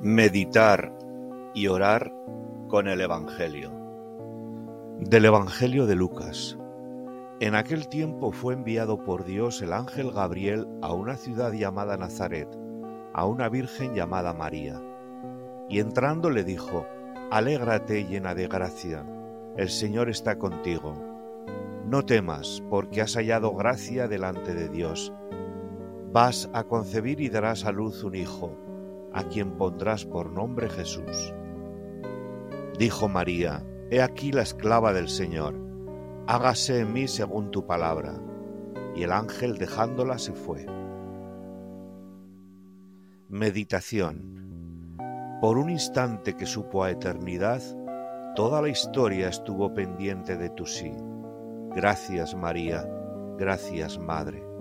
Meditar y orar con el Evangelio. Del Evangelio de Lucas. En aquel tiempo fue enviado por Dios el ángel Gabriel a una ciudad llamada Nazaret, a una virgen llamada María. Y entrando le dijo: Alégrate, llena de gracia, el Señor está contigo. No temas, porque has hallado gracia delante de Dios. Vas a concebir y darás a luz un hijo, a quien pondrás por nombre Jesús. Dijo María: He aquí la esclava del Señor, hágase en mí según tu palabra. Y el ángel, dejándola, se fue. Meditación. Por un instante que supo a eternidad, toda la historia estuvo pendiente de tu sí. Gracias, María, gracias, Madre.